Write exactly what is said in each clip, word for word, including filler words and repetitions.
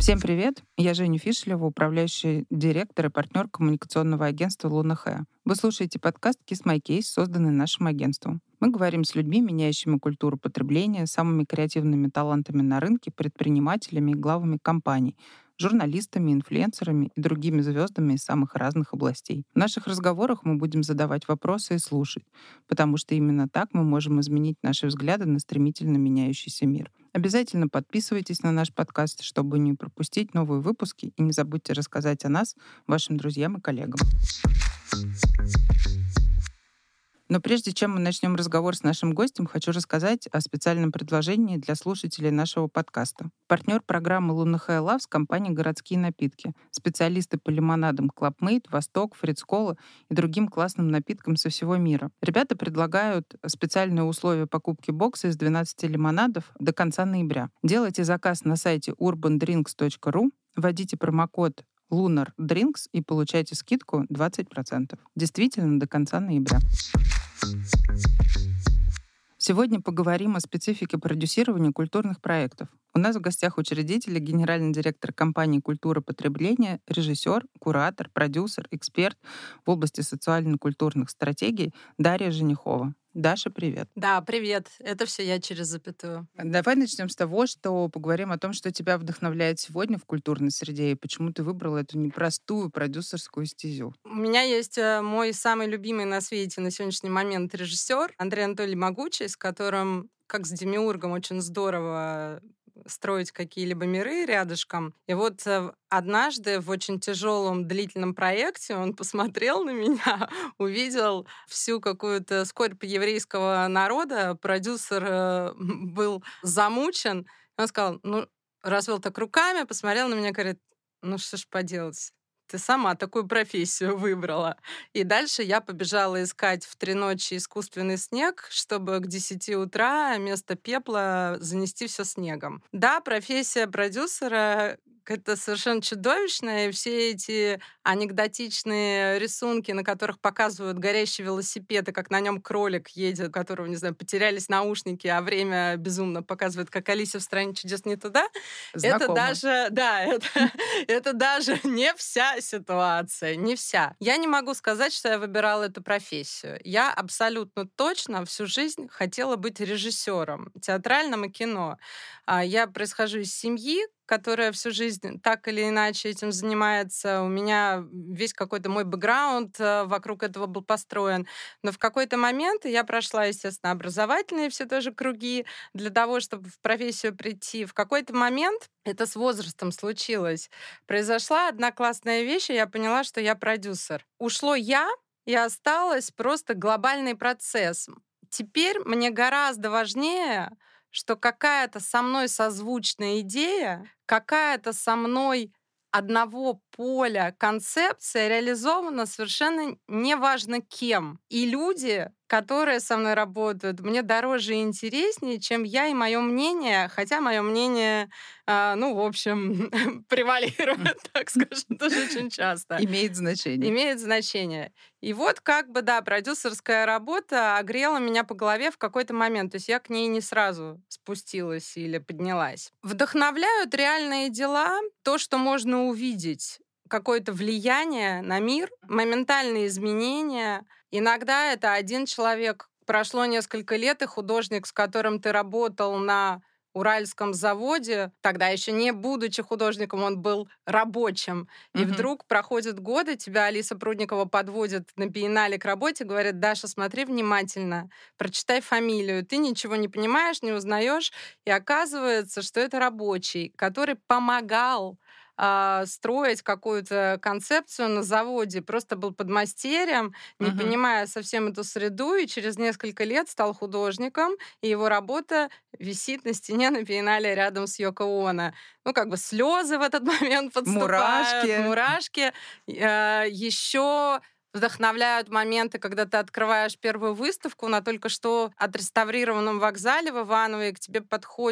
Всем привет! Я Женя Фишлева, управляющий директор и партнер коммуникационного агентства «Луна Хэ». Вы слушаете подкаст «Kiss My Case», созданный нашим агентством. Мы говорим с людьми, меняющими культуру потребления, самыми креативными талантами на рынке, предпринимателями и главами компаний, журналистами, инфлюенсерами и другими звездами из самых разных областей. В наших разговорах мы будем задавать вопросы и слушать, потому что именно так мы можем изменить наши взгляды на стремительно меняющийся мир. Обязательно подписывайтесь на наш подкаст, чтобы не пропустить новые выпуски, и не забудьте рассказать о нас вашим друзьям и коллегам. Но прежде чем мы начнем разговор с нашим гостем, хочу рассказать о специальном предложении для слушателей нашего подкаста. Партнер программы «Луна Хэ Лавс» — компания «Городские напитки». Специалисты по лимонадам Clubmate, Восток, Фриц Кола и другим классным напиткам со всего мира. Ребята предлагают специальные условия покупки бокса из двенадцати лимонадов до конца ноября. Делайте заказ на сайте урбан дринкс точка ру, вводите промокод Lunar Drinks и получайте скидку двадцать процентов. Действительно, до конца ноября. Сегодня поговорим о специфике продюсирования культурных проектов. У нас в гостях учредитель и генеральный директор компании «Культура потребления», режиссер, куратор, продюсер, эксперт в области социально-культурных стратегий Дарья Женихова. Даша, привет. Да, привет. Это все я через запятую. Давай начнем с того, что поговорим о том, что тебя вдохновляет сегодня в культурной среде и почему ты выбрала эту непростую продюсерскую стезю. У меня есть мой самый любимый на свете на сегодняшний момент режиссер Андрей Анатольевич Могучий, с которым, как с Демиургом, очень здорово строить какие-либо миры рядышком. И вот однажды в очень тяжелом длительном проекте он посмотрел на меня, увидел всю какую-то скорбь еврейского народа, продюсер был замучен. Он сказал, ну, развел так руками, посмотрел на меня, говорит, ну что ж поделать, ты сама такую профессию выбрала. И дальше я побежала искать в три ночи искусственный снег, чтобы к десяти утра вместо пепла занести все снегом. Да, профессия продюсера — это совершенно чудовищно, и все эти анекдотичные рисунки, на которых показывают горящий велосипед, и как на нем кролик едет, у которого, не знаю, потерялись наушники, а время безумно показывает, как Алиса в «Стране чудес» не туда. Знакомо. Это даже, да, это, это даже не вся ситуация, не вся. Я не могу сказать, что я выбирала эту профессию. Я абсолютно точно всю жизнь хотела быть режиссером, театральным и кино. Я происхожу из семьи, которая всю жизнь так или иначе этим занимается. У меня весь какой-то мой бэкграунд вокруг этого был построен. Но в какой-то момент я прошла, естественно, образовательные все тоже круги для того, чтобы в профессию прийти. В какой-то момент, это с возрастом случилось, произошла одна классная вещь, и я поняла, что я продюсер. Ушло я, и осталось просто глобальный процесс. Теперь мне гораздо важнее, что какая-то со мной созвучная идея, какая-то со мной одного поля концепция реализована совершенно неважно кем. И люди, которые со мной работают, мне дороже и интереснее, чем я и мое мнение, хотя мое мнение, э, ну, в общем, превалирует, так скажем, тоже очень часто. Имеет значение. Имеет значение. И вот как бы, да, продюсерская работа огрела меня по голове в какой-то момент. То есть я к ней не сразу спустилась или поднялась. Вдохновляют реальные дела, то, что можно увидеть, какое-то влияние на мир, моментальные изменения. Иногда это один человек. Прошло несколько лет, и художник, с которым ты работал на Уральском заводе, тогда еще не будучи художником, он был рабочим. И mm-hmm. вдруг проходят годы, тебя Алиса Прудникова подводит на биеннале к работе, говорит, Даша, смотри внимательно, прочитай фамилию. Ты ничего не понимаешь, не узнаешь. И оказывается, что это рабочий, который помогал строить какую-то концепцию на заводе, просто был подмастерьем, не uh-huh. понимая совсем эту среду, и через несколько лет стал художником, и его работа висит на стене на биеннале рядом с Йоко Оно. Ну, как бы слезы в этот момент подступают, мурашки. мурашки. Еще вдохновляют моменты, когда ты открываешь первую выставку на только что отреставрированном вокзале в Иваново, и к тебе подходит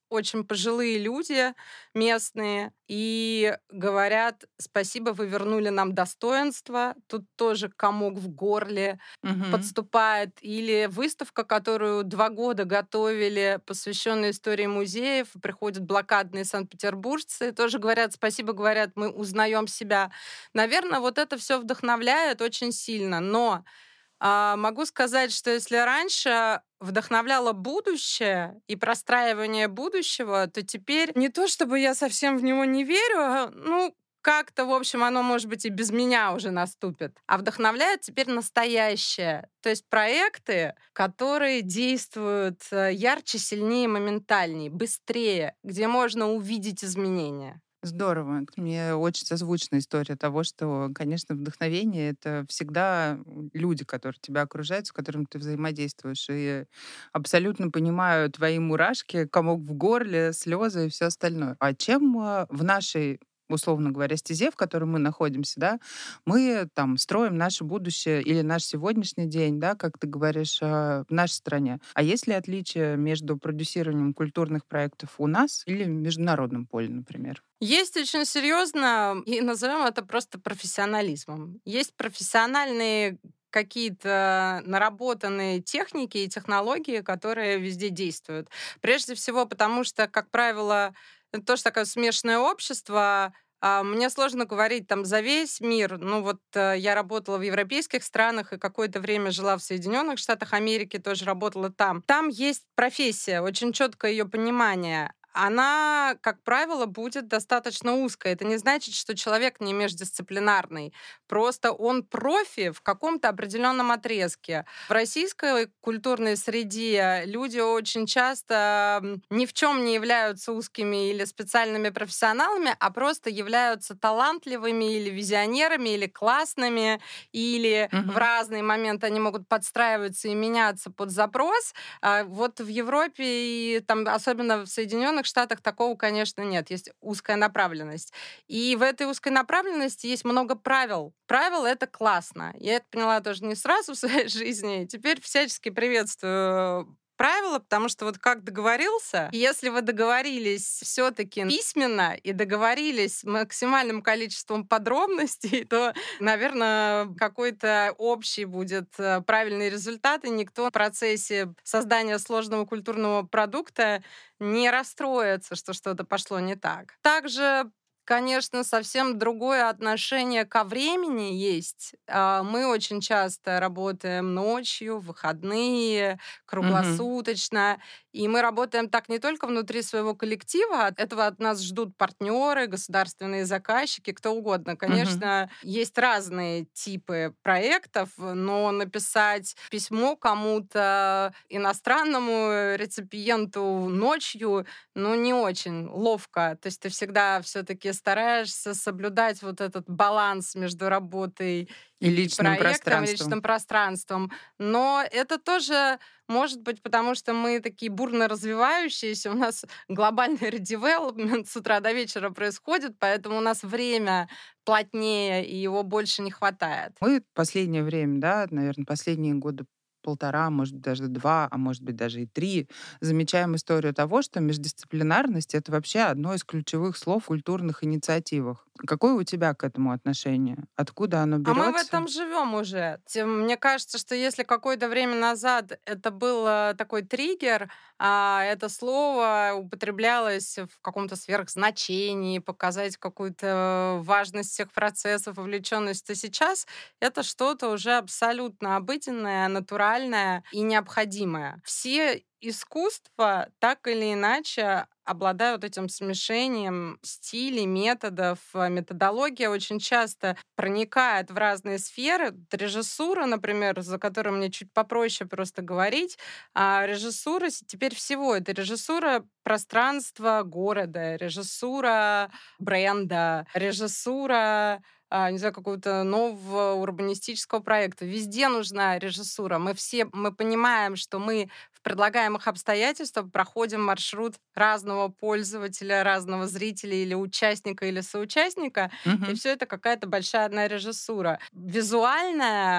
очень пожилые люди местные и говорят: "Спасибо, вы вернули нам достоинство". Тут тоже комок в горле Мгм. подступает. Или выставка, которую два года готовили, посвященная истории музеев. Приходят блокадные санкт-петербуржцы, тоже говорят: "Спасибо", говорят, "мы узнаем себя". Наверно, вот это все вдохновляет очень сильно. Но, а, могу сказать, что если раньше вдохновляло будущее и простраивание будущего, то теперь не то чтобы я совсем в него не верю, а, ну, как-то, в общем, оно, может быть, и без меня уже наступит. А вдохновляет теперь настоящее. То есть проекты, которые действуют, э, ярче, сильнее, моментальнее, быстрее, где можно увидеть изменения. Здорово. Мне очень созвучна история того, что, конечно, вдохновение — это всегда люди, которые тебя окружают, с которыми ты взаимодействуешь. И абсолютно понимаю твои мурашки, комок в горле, слезы и все остальное. А чем э, в нашей условно говоря, стезе, в которой мы находимся, да, мы там строим наше будущее или наш сегодняшний день, да, как ты говоришь, э, в нашей стране. А есть ли отличие между продюсированием культурных проектов у нас или в международном поле, например? Есть очень серьезно, и назовем это просто профессионализмом. Есть профессиональные какие-то наработанные техники и технологии, которые везде действуют. Прежде всего потому, что, как правило, это тоже такое смешанное общество. А, Мне сложно говорить там за весь мир. Ну вот э, я работала в европейских странах и какое-то время жила в Соединенных Штатах Америки, тоже работала там. Там есть профессия, очень четкое ее понимание. Она, как правило, будет достаточно узкая. Это не значит, что человек не междисциплинарный. Просто он профи в каком-то определенном отрезке. В российской культурной среде люди очень часто м, ни в чем не являются узкими или специальными профессионалами, а просто являются талантливыми или визионерами, или классными, или в Мгм. разные моменты они могут подстраиваться и меняться под запрос. А вот в Европе и там, особенно в Соединенных Штатах, такого, конечно, нет. Есть узкая направленность. И в этой узкой направленности есть много правил. Правила — это классно. Я это поняла тоже не сразу в своей жизни. Теперь всячески приветствую правила, потому что вот как договорился, если вы договорились все-таки письменно и договорились с максимальным количеством подробностей, то, наверное, какой-то общий будет э, правильный результат, и никто в процессе создания сложного культурного продукта не расстроится, что что-то пошло не так. Также, конечно, совсем другое отношение ко времени есть. А, Мы очень часто работаем ночью, в выходные, Мгм. круглосуточно. И мы работаем так не только внутри своего коллектива, от этого от нас ждут партнеры, государственные заказчики, кто угодно. Мгм. Конечно, есть разные типы проектов, но написать письмо кому-то иностранному реципиенту ночью, ну, не очень ловко. То есть ты всегда все-таки стараешься соблюдать вот этот баланс между работой И и личным проектом, и пространством. личным пространством. Но это тоже может быть, потому что мы такие бурно развивающиеся, у нас глобальный редевелопмент с утра до вечера происходит, поэтому у нас время плотнее, и его больше не хватает. Мы последнее время, да, наверное, последние года полтора, может быть, даже два, а может быть, даже и три, замечаем историю того, что междисциплинарность — это вообще одно из ключевых слов в культурных инициативах. Какое у тебя к этому отношение? Откуда оно А мы в берется? этом живем уже. Тем Мне кажется, что если какое-то время назад это был э, такой триггер, а это слово употреблялось в каком-то сверхзначении, показать какую-то важность всех процессов, вовлеченность, то сейчас это что-то уже абсолютно обыденное, натуральное и необходимое. Все искусства так или иначе обладают этим смешением стилей, методов. А Методология очень часто проникает в разные сферы. Вот режиссура, например, за которую мне чуть попроще просто говорить, а режиссура с- теперь всего. Это режиссура пространства города, режиссура бренда, режиссура а, не знаю, какого-то нового урбанистического проекта. Везде нужна режиссура. Мы все мы понимаем, что мы в предлагаемых обстоятельствах проходим маршрут разного пользователя, разного зрителя или участника, или соучастника, и Мгм. все это какая-то большая одна режиссура. Визуальная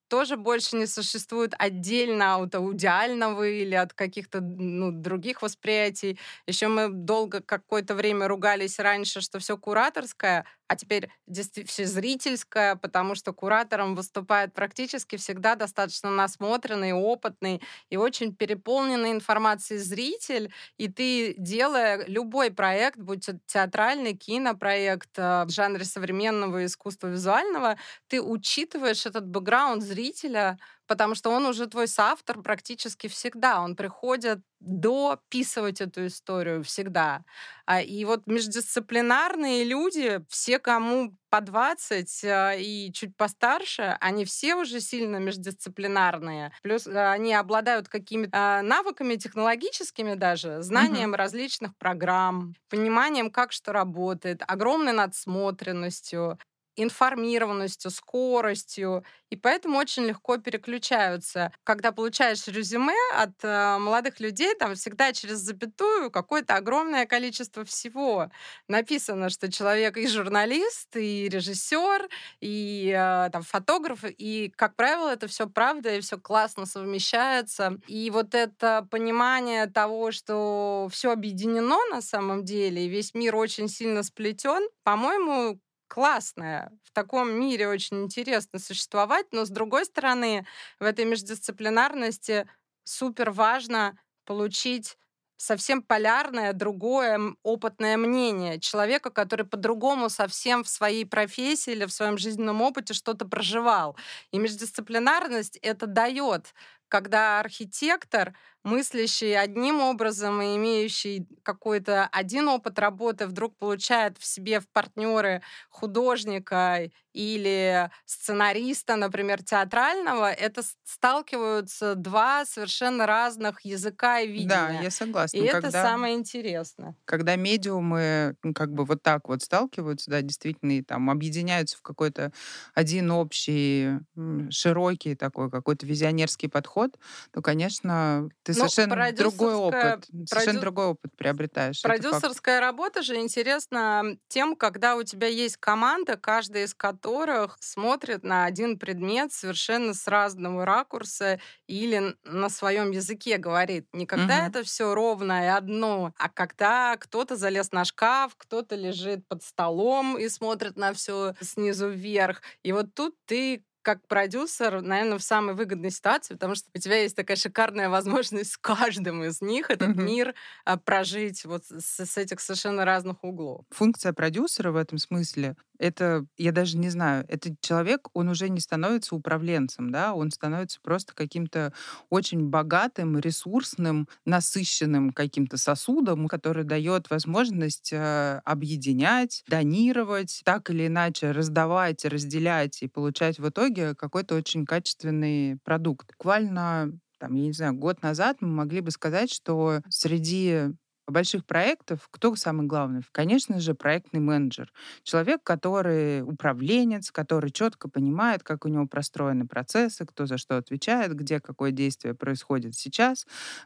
тоже больше не существует отдельно от аудиального или от каких-то ну, других восприятий. Еще мы долго какое-то время ругались раньше, что все кураторское, а теперь действительно все зрительское, потому что куратором выступает практически всегда достаточно насмотренный, опытный и очень переполненный информацией зритель. И ты, делая любой проект, будь это театральный, кинопроект э, в жанре современного искусства визуального, ты учитываешь этот бэкграунд зрителя, потому что он уже твой соавтор практически всегда. Он приходит дописывать эту историю всегда. А, И вот междисциплинарные люди, все, кому по двадцать а, и чуть постарше, они все уже сильно междисциплинарные. Плюс а, они обладают какими-то а, навыками технологическими даже, Мгм. знанием различных программ, пониманием, как что работает, огромной надсмотренностью, информированностью, скоростью, и поэтому очень легко переключаются. Когда получаешь резюме от э, молодых людей, там всегда через запятую какое-то огромное количество всего написано, что человек и журналист, и режиссер, и э, там фотограф, и, как правило, это все правда, и все классно совмещается. И вот это понимание того, что все объединено на самом деле, и весь мир очень сильно сплетен, по-моему, классное. В таком мире очень интересно существовать, но, с другой стороны, в этой междисциплинарности супер важно получить совсем полярное, другое, м, опытное мнение человека, который по-другому совсем в своей профессии или в своем жизненном опыте что-то проживал. И междисциплинарность это дает, когда архитектор, мыслящий одним образом и имеющий какой-то один опыт работы, вдруг получает в себе в партнеры художника или сценариста, например, театрального, это с- сталкиваются два совершенно разных языка и Да, видения. я И согласна. это Когда самое интересное. Когда медиумы, м, как бы вот так вот сталкиваются, да, действительно, и там объединяются в какой-то один общий, м, широкий такой какой-то визионерский подход, то, конечно, ты Ну, совершенно другой продюсерская, опыт, совершенно продю- другой опыт приобретаешь, это факт. продюсерская работа же интересна тем, когда у тебя есть команда, каждая из которых смотрит на один предмет совершенно с разного ракурса или н- на своем языке говорит. Не когда Мгм. это все ровно и одно, а когда кто-то залез на шкаф, кто-то лежит под столом и смотрит на все снизу вверх. И вот тут ты как продюсер, наверное, в самой выгодной ситуации, потому что у тебя есть такая шикарная возможность с каждым из них этот Мгм. мир а, прожить вот с, с этих совершенно разных углов. Функция продюсера в этом смысле — это, я даже не знаю, этот человек, он уже не становится управленцем, да, он становится просто каким-то очень богатым, ресурсным, насыщенным каким-то сосудом, который дает возможность э, объединять, донировать, так или иначе раздавать, разделять и получать в итоге какой-то очень качественный продукт. Буквально там, я не знаю, год назад мы могли бы сказать, что среди больших проектов кто самый главный? Конечно же, проектный менеджер. Человек, который управленец, который четко понимает, как у него простроены процессы, кто за что отвечает, где какое действие происходит сейчас,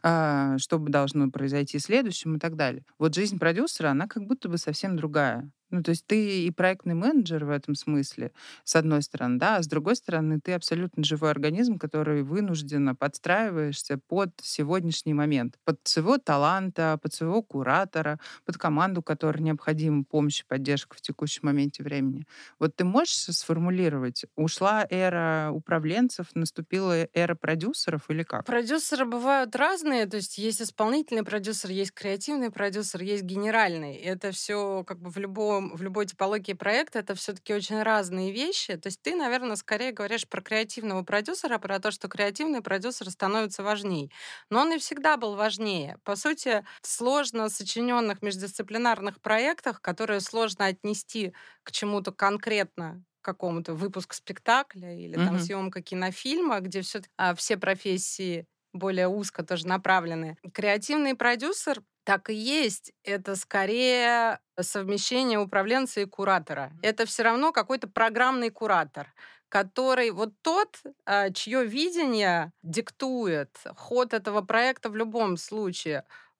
а, что бы должно произойти следующим и так далее. Вот жизнь продюсера, она как будто бы совсем другая. Ну, то есть ты и проектный менеджер в этом смысле, с одной стороны, да, а с другой стороны, ты абсолютно живой организм, который вынужденно подстраиваешься под сегодняшний момент, под своего таланта, под своего куратора, под команду, которой необходима помощь и поддержка в текущем моменте времени. Вот ты можешь сформулировать, ушла эра управленцев, наступила эра продюсеров или как? Продюсеры бывают разные, то есть есть исполнительный продюсер, есть креативный продюсер, есть генеральный. И это все как бы в любом, в любой типологии проекта это все-таки очень разные вещи. То есть ты, наверное, скорее говоришь про креативного продюсера, про то, что креативный продюсер становится важней. Но он и всегда был важнее. По сути, в сложно сочиненных междисциплинарных проектах, которые сложно отнести к чему-то конкретно, какому-то выпуск спектакля или там Мгм. съемка кинофильма, где все, все профессии более узко тоже направлены. Креативный продюсер так и есть. Это скорее совмещение управленца и куратора. Это все равно какой-то программный куратор, который вот тот, а, чье видение диктует ход этого проекта в любом случае.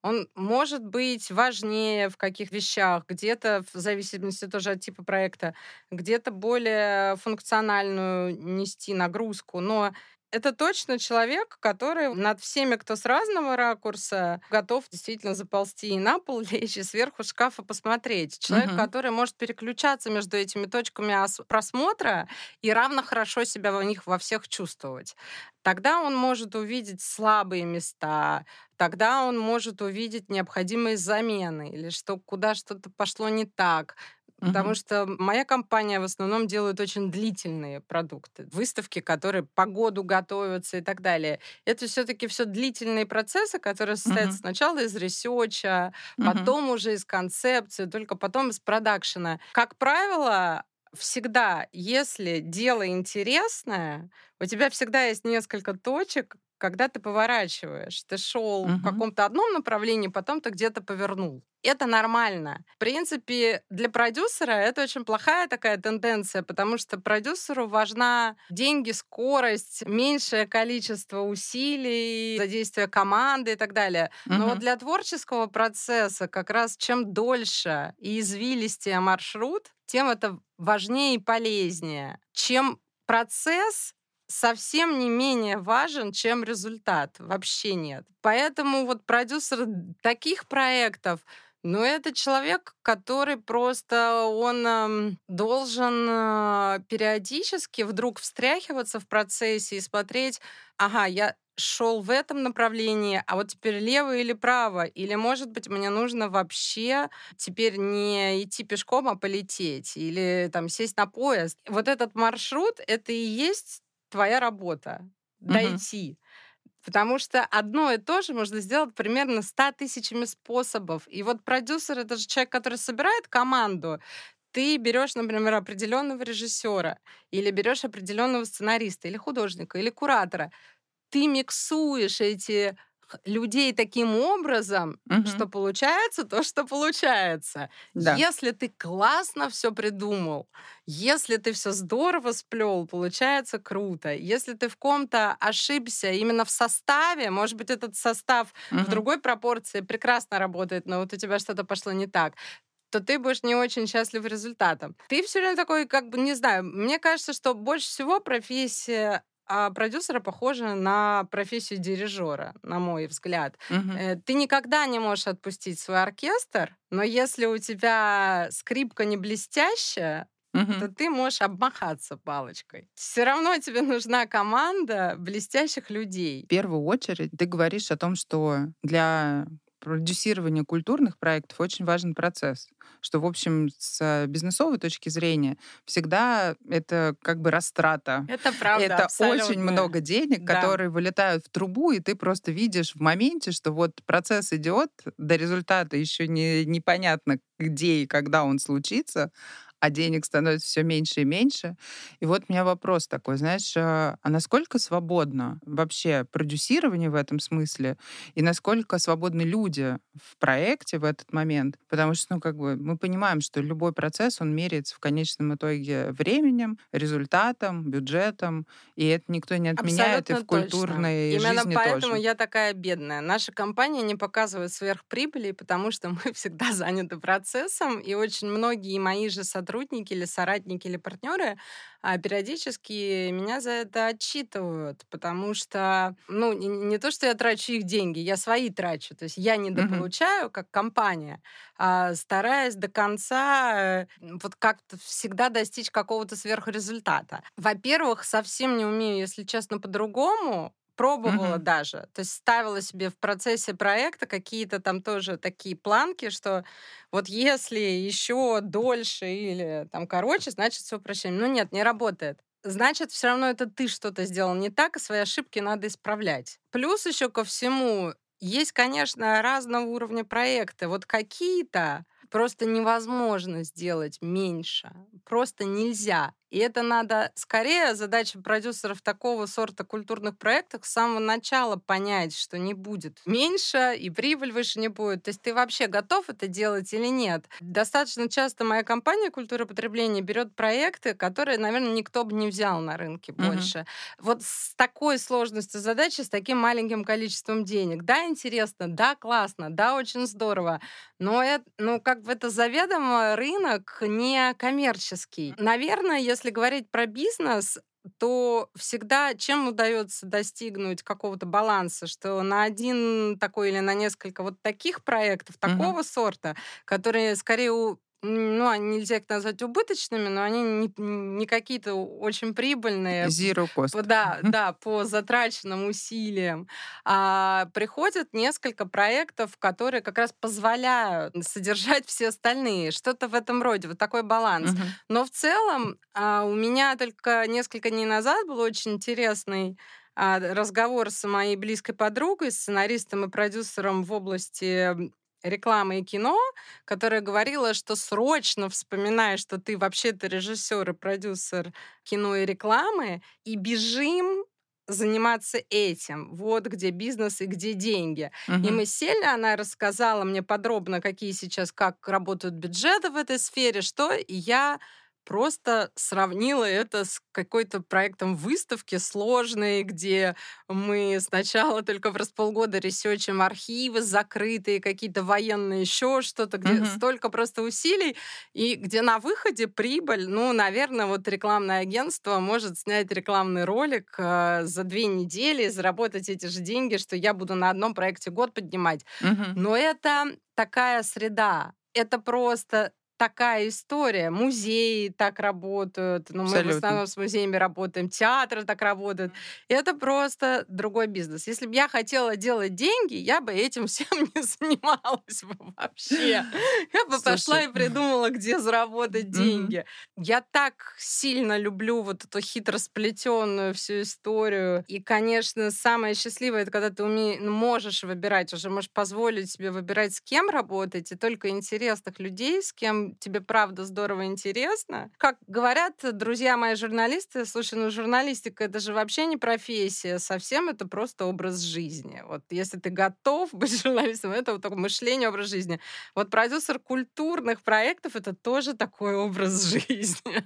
Он может быть важнее в каких вещах, где-то в зависимости тоже от типа проекта, где-то более функциональную нести нагрузку. Но это точно человек, который над всеми, кто с разного ракурса, готов действительно заползти и на пол лечь, и сверху шкафа посмотреть. Человек, Мгм. который может переключаться между этими точками ос- просмотра и равно хорошо себя в них во всех чувствовать. Тогда он может увидеть слабые места, тогда он может увидеть необходимые замены или что куда что-то пошло не так. Потому Мгм. что моя компания в основном делает очень длительные продукты, выставки, которые по году готовятся и так далее. Это все-таки все длительные процессы, которые состоят Мгм. сначала из ресерча, Мгм. потом уже из концепции, только потом из продакшена. Как правило, всегда, если дело интересное, у тебя всегда есть несколько точек, когда ты поворачиваешь. Ты шел в Мгм. каком-то одном направлении, потом ты где-то повернул. Это нормально. В принципе, для продюсера это очень плохая такая тенденция, потому что продюсеру важна деньги, скорость, меньшее количество усилий, задействие команды и так далее. Но вот Мгм. для творческого процесса как раз чем дольше и извилистее маршрут, тем это важнее и полезнее. Чем процесс совсем не менее важен, чем результат. Вообще нет. Поэтому вот продюсер таких проектов, ну, это человек, который просто он ам, должен а, периодически вдруг встряхиваться в процессе и смотреть, ага, я шел в этом направлении, а вот теперь лево или право, или, может быть, мне нужно вообще теперь не идти пешком, а полететь, или там сесть на поезд. Вот этот маршрут, это и есть твоя работа — Мгм. дойти. Потому что одно и то же можно сделать примерно ста тысячами способов. И вот продюсер — это же человек, который собирает команду. Ты берешь, например, определенного режиссера, или берешь определенного сценариста, или художника, или куратора. Ты миксуешь эти х- людей таким образом, Мгм. что получается то, что получается. Да. Если ты классно все придумал, если ты все здорово сплел, получается круто. Если ты в ком-то ошибся именно в составе, может быть, этот состав в Мгм. другой пропорции прекрасно работает, но вот у тебя что-то пошло не так, то ты будешь не очень счастлив результатом. Ты все время такой, как бы, не знаю, мне кажется, что больше всего профессия а, продюсера похожа на профессию дирижера, на мой взгляд. Мгм. Э, Ты никогда не можешь отпустить свой оркестр, но если у тебя скрипка не блестящая, то Мгм. ты можешь обмахаться палочкой. Все равно тебе нужна команда блестящих людей. В первую очередь ты говоришь о том, что для продюсирования культурных проектов очень важен процесс. Что, в общем, с бизнесовой точки зрения всегда это как бы растрата. Это правда, Это очень абсолютно. много денег, Да. которые вылетают в трубу, и ты просто видишь в моменте, что вот процесс идет, до результата еще не, непонятно, где и когда он случится, а денег становится все меньше и меньше. И вот у меня вопрос такой, знаешь, а а насколько свободно вообще продюсирование в этом смысле, и насколько свободны люди в проекте в этот момент? Потому что, ну, как бы мы понимаем, что любой процесс, он меряется в конечном итоге временем, результатом, бюджетом, и это никто не отменяет, и в Абсолютно точно. культурной Именно жизни поэтому тоже. я такая бедная. Наша компания не показывает сверхприбыли, потому что мы всегда заняты процессом, и очень многие мои же сотрудники или соратники или партнеры а, периодически меня за это отчитывают, потому что, ну, не, не то, что я трачу их деньги, я свои трачу, то есть я Мгм. недополучаю как компания, а, стараясь до конца э, вот как-то всегда достичь какого-то сверхрезультата. Во-первых, совсем не умею, если честно, по-другому. Пробовала Мгм. даже. То есть ставила себе в процессе проекта какие-то там тоже такие планки, что вот если еще дольше или там короче, значит все прощаем. Ну нет, не работает. Значит, все равно это ты что-то сделал не так, и свои ошибки надо исправлять. Плюс еще ко всему, есть, конечно, разного уровня проекты. Вот какие-то просто невозможно сделать меньше. Просто нельзя. И это надо, скорее, задача продюсеров такого сорта культурных проектов с самого начала понять, что не будет меньше, и прибыль выше не будет. То есть ты вообще готов это делать или нет? Достаточно часто моя компания «Культура потребления» берет проекты, которые, наверное, никто бы не взял на рынке Мгм. больше. Вот с такой сложностью задачи, с таким маленьким количеством денег. Да, интересно, да, классно, да, очень здорово, но это, ну, как бы это заведомо рынок не коммерческий. Наверное, если говорить про бизнес, то всегда чем удается достигнуть какого-то баланса, что на один такой или на несколько вот таких проектов Мгм. такого сорта, которые скорее у м, ну, они нельзя их назвать убыточными, но они не, не какие-то очень прибыльные, Zero по- cost. да, да, по затраченным усилиям. А приходят несколько проектов, которые как раз позволяют содержать все остальные. Что-то в этом роде, вот такой баланс. Мгм. Но в целом а, у меня только несколько дней назад был очень интересный а, разговор с моей близкой подругой, сценаристом и продюсером в области м, рекламы и кино, которая говорила, что срочно вспоминай, что ты вообще-то режиссер и продюсер кино и рекламы, и бежим заниматься этим. Вот где бизнес и где деньги. И Мгм. мы сели, она рассказала мне подробно, какие сейчас, как работают бюджеты в этой сфере, что, и я просто сравнила это с какой-то проектом выставки сложной, где мы сначала только в располгода ресерчим архивы закрытые, какие-то военные, еще что-то, где Мгм. столько просто усилий, и где на выходе прибыль, ну, наверное, вот рекламное агентство может снять рекламный ролик э, за две недели и заработать эти же деньги, что я буду на одном проекте год поднимать. Мгм. Но это такая среда. Это просто такая история. Музеи так работают. Ну, мы в Абсолютно. основном с музеями работаем, театры так работают. Это просто другой бизнес. Если бы я хотела делать деньги, я бы этим всем не занималась бы вообще. Я бы пошла Слушай. и придумала, где заработать Мгм. деньги. Я так сильно люблю вот эту хитросплетенную всю историю. И, конечно, самое счастливое, это когда ты уме- ну, можешь выбирать, уже можешь позволить себе выбирать, с кем работать, и только интересных людей, с кем тебе правда здорово интересно. Как говорят друзья мои журналисты, слушай, ну журналистика это же вообще не профессия, совсем это просто образ жизни. Вот если ты готов быть журналистом, это вот такое мышление, образ жизни. Вот продюсер культурных проектов это тоже такой образ жизни.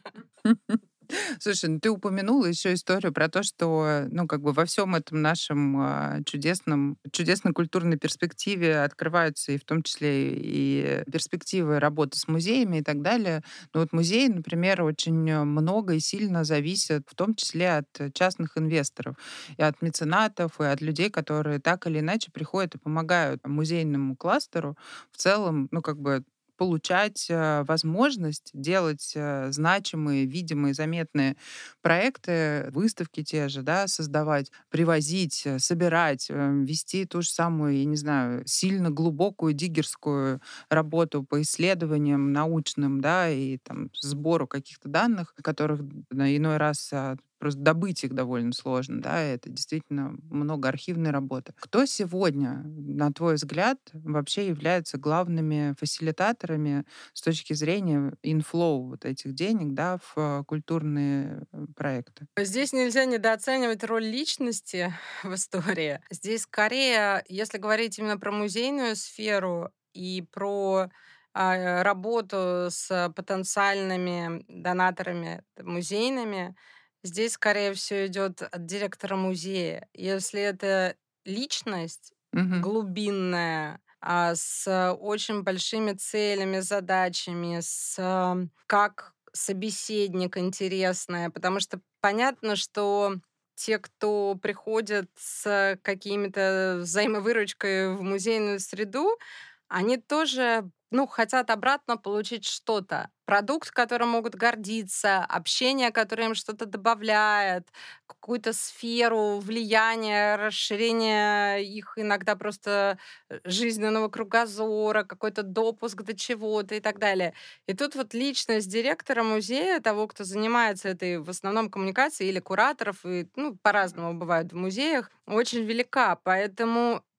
Слушай, ну ты упомянула еще историю про то, что, ну, как бы во всем этом нашем а, чудесном, чудесной культурной перспективе открываются и в том числе и перспективы работы с музеями и так далее. Но вот музеи, например, очень э, много и сильно зависят, в том числе от э, частных инвесторов, и от меценатов, и от людей, которые так или иначе приходят и помогают музейному кластеру в целом, ну, как бы получать э, возможность делать э, значимые, видимые, заметные проекты, выставки те же, да, создавать, привозить, э, собирать, э, вести ту же самую, я не знаю, сильно глубокую диггерскую работу по исследованиям научным, да, и там сбору каких-то данных, которых на иной раз а, просто добыть их довольно сложно, да, и это действительно много архивной работы. Кто сегодня, на твой взгляд, вообще является главными фасилитаторами с точки зрения инфлоу вот этих денег, да, в э, культурные э, проекты? Здесь нельзя недооценивать роль личности в истории. Здесь скорее, если говорить именно про музейную сферу и про а, работу с потенциальными донаторами музейными, здесь скорее все идет от директора музея. Если это личность Мгм. глубинная, а, с очень большими целями, задачами, с а, как собеседник интересная, потому что понятно, что те, кто приходят с какими-то взаимовыручкой в музейную среду, они тоже, ну, хотят обратно получить что-то. Продукт, которым могут гордиться, общение, которое им что-то добавляет, какую-то сферу влияния, расширение их иногда просто э, жизненного кругозора, какой-то допуск до чего-то и так далее. И тут вот личность директора музея, того, кто занимается этой в основном коммуникацией или кураторов, и, ну, по-разному бывает в музеях, очень велика. Поэтому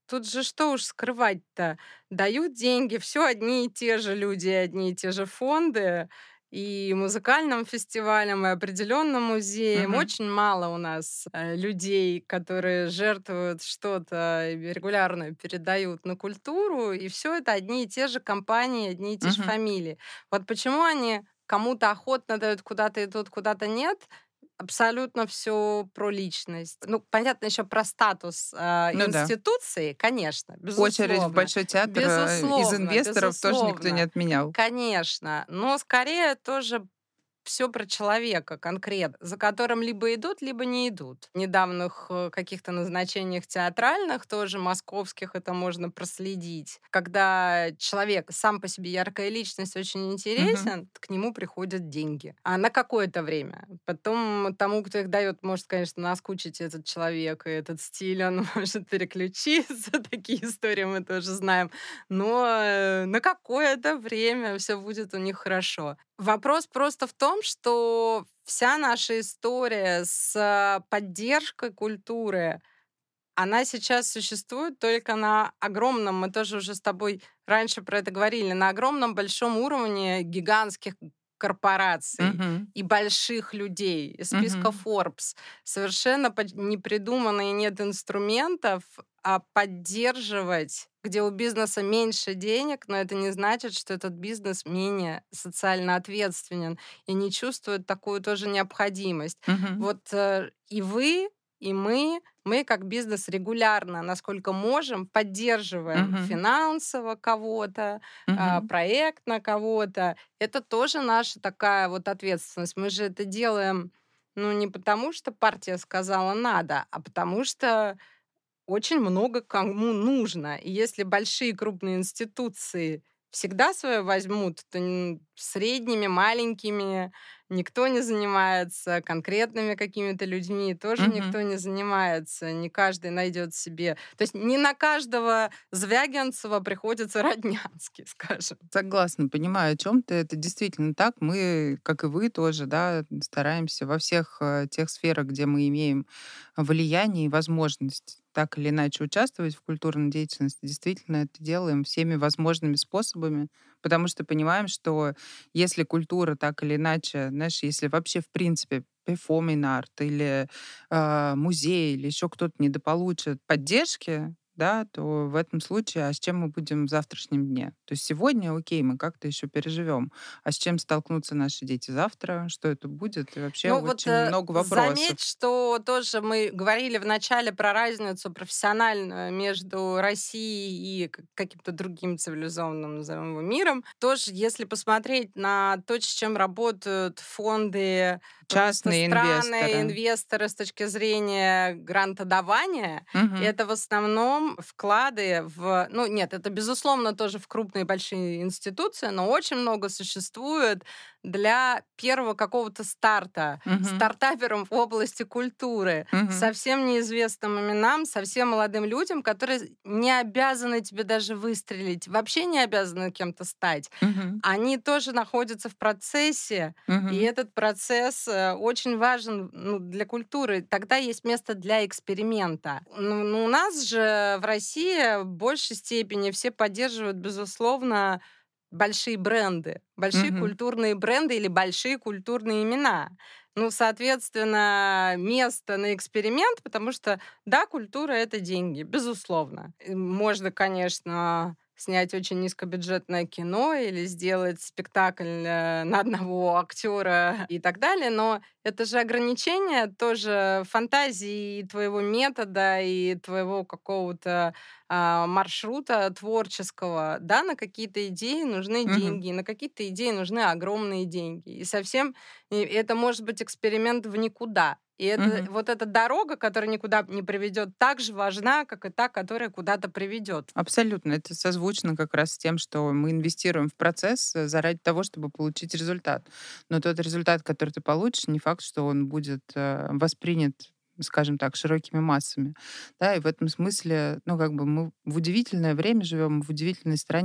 Тут же что уж скрывать-то? Дают деньги все одни и те же люди, одни и те же фонды. И музыкальным фестивалям, и определенным музеям. Мгм. Очень мало у нас э, людей, которые жертвуют что-то и регулярно передают на культуру. И все это одни и те же компании, одни и те же Мгм. фамилии. Вот почему они кому-то охотно дают, куда-то идут, куда-то нет, абсолютно все про личность. Ну, понятно, еще про статус, а, Ну да. институции, конечно, Очередь в безусловно. Большой театр э, из Безусловно, инвесторов тоже никто не безусловно, отменял. конечно. Но скорее тоже все про человека конкретно, за которым либо идут, либо не идут. В недавних э, каких-то назначениях театральных, тоже московских, это можно проследить. Когда человек сам по себе яркая личность, очень Мгм. интересен, к нему приходят деньги. А на какое-то время. Потом тому, кто их дает, может, конечно, наскучить этот человек и этот стиль, он может переключиться. Такие истории мы тоже знаем. Но э, на какое-то время все будет у них хорошо. Вопрос просто в том, что вся наша история с а, поддержкой культуры, она сейчас существует только на огромном, мы тоже уже с тобой раньше про это говорили, на огромном большом уровне гигантских корпораций Мгм. и больших людей из списка Мгм. Forbes. Совершенно под- не придумано и нет инструментов, а поддерживать, где у бизнеса меньше денег, но это не значит, что этот бизнес менее социально ответственен и не чувствует такую тоже необходимость. Мгм. Вот э, и вы, и мы, мы как бизнес регулярно, насколько можем, поддерживаем Мгм. финансово кого-то, а, Мгм. проектно кого-то. Это тоже наша такая вот ответственность. Мы же это делаем, ну, не потому, что партия сказала надо, а потому что очень много кому нужно. И если большие крупные институции всегда свое возьмут, то н- средними, маленькими никто не занимается, конкретными какими-то людьми тоже Мгм. никто не занимается, не каждый найдет себе. То есть не на каждого Звягинцева приходится Роднянский, скажем. Согласна, понимаю, о чем ты. Это действительно так. Мы, как и вы тоже, да, стараемся во всех э, тех сферах, где мы имеем влияние и возможность так или иначе участвовать в культурной деятельности, действительно это делаем всеми возможными способами, потому что понимаем, что если культура так или иначе, знаешь, если вообще в принципе performing art или э, музей или еще кто-то недополучит поддержки, да, то в этом случае, а с чем мы будем в завтрашнем дне? То есть сегодня, окей, мы как-то еще переживем, а с чем столкнутся наши дети завтра, что это будет, и вообще Ну вот очень э, много вопросов. заметь, что тоже мы говорили в начале про разницу профессиональную между Россией и к- каким-то другим цивилизованным, назовем его, миром. Тоже, если посмотреть на то, с чем работают фонды, просто Частные страны, инвесторы. инвесторы с точки зрения грантодавания, Мгм. это в основном вклады в... Ну нет, это безусловно тоже в крупные большие институции, но очень много существует для первого какого-то старта, Мгм. стартапером в области культуры, Мгм. совсем неизвестным именам, совсем молодым людям, которые не обязаны тебе даже выстрелить, вообще не обязаны кем-то стать. Мгм. Они тоже находятся в процессе, и Мгм. этот процесс э, очень важен, ну, для культуры. Тогда есть место для эксперимента. Ну, ну, у нас же в России в большей степени все поддерживают, безусловно, большие бренды, большие Мгм. культурные бренды или большие культурные имена. Ну, соответственно, место на эксперимент, потому что, да, культура — это деньги, безусловно. И можно, конечно, снять очень низкобюджетное кино или сделать спектакль э, на одного актера и так далее, но это же ограничение тоже фантазии и твоего метода и твоего какого-то а, маршрута творческого. Да, на какие-то идеи нужны Мгм. деньги, на какие-то идеи нужны огромные деньги. И совсем и это может быть эксперимент в никуда. И это, Мгм. вот эта дорога, которая никуда не приведет, так же важна, как и та, которая куда-то приведет. Абсолютно. Это созвучно как раз с тем, что мы инвестируем в процесс э, заради того, чтобы получить результат. Но тот результат, который ты получишь, не факт, что он будет э, воспринят, скажем так, широкими массами. Да, и в этом смысле, ну, как бы мы в удивительное время живем, в удивительной стране.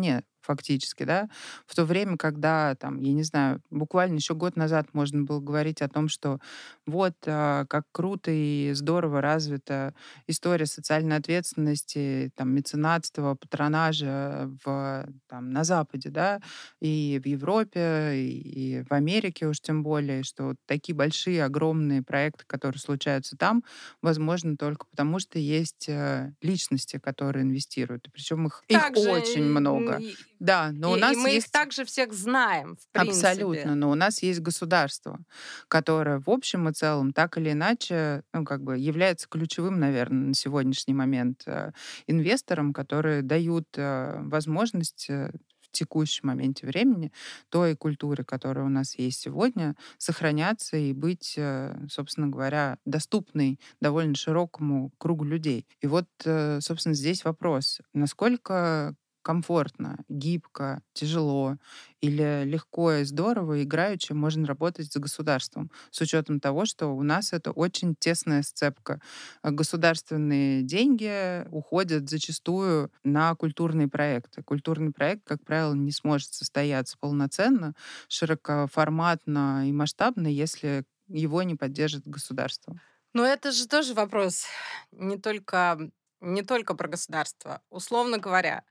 фактически, да, в то время, когда, там, я не знаю, буквально еще год назад можно было говорить о том, что вот а, как круто и здорово развита история социальной ответственности, там, меценатства, патронажа в, там, на Западе, да, и в Европе, и, и в Америке уж тем более, что вот такие большие, огромные проекты, которые случаются там, возможно только потому, что есть э, личности, которые инвестируют. И причем их, их Также очень м, много. и, Да, но у и- и нас мы их есть также всех знаем, в абсолютно, принципе. но у нас есть государство, которое в общем и целом так или иначе, ну, как бы является ключевым, наверное, на сегодняшний момент э, инвестором, которые дают э, возможность э, в текущем моменте времени той культуре, которая у нас есть сегодня, сохраняться и быть, э, собственно говоря, доступной довольно широкому кругу людей. И вот, э, собственно, здесь вопрос, насколько комфортно, гибко, тяжело или легко и здорово, играючи можно работать с государством, с учетом того, что у нас это очень тесная сцепка. А Государственные деньги уходят зачастую на культурные проекты. Культурный проект, как правило, не сможет состояться полноценно, широкоформатно и масштабно, если его не поддержит государство. Но это же тоже вопрос не только, не только про государство. Условно говоря,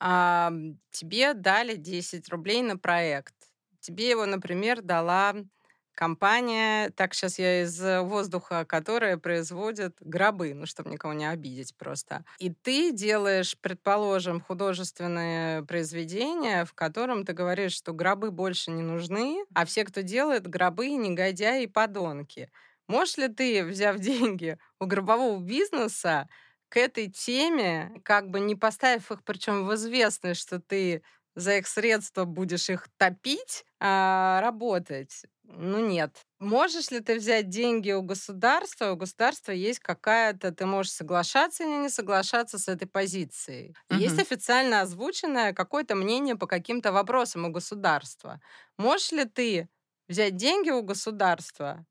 ам, тебе дали десять рублей на проект. Тебе его, например, дала компания, так сейчас я из э, воздуха, которая производит гробы, ну, чтобы никого не обидеть просто. И ты делаешь, предположим, художественное произведение, в котором ты говоришь, что гробы больше не нужны, а все, кто делает гробы, негодяи и подонки. Можешь ли ты, взяв деньги у гробового бизнеса, к этой теме, как бы не поставив их, причем в известность, что ты за их средства будешь их топить, а, работать? Ну нет. Можешь ли ты взять деньги у государства? У государства есть какая-то, ты можешь соглашаться или не соглашаться с этой позицией. Есть Мгм. официально озвученное какое-то мнение по каким-то вопросам у государства. Можешь ли ты взять деньги у государства,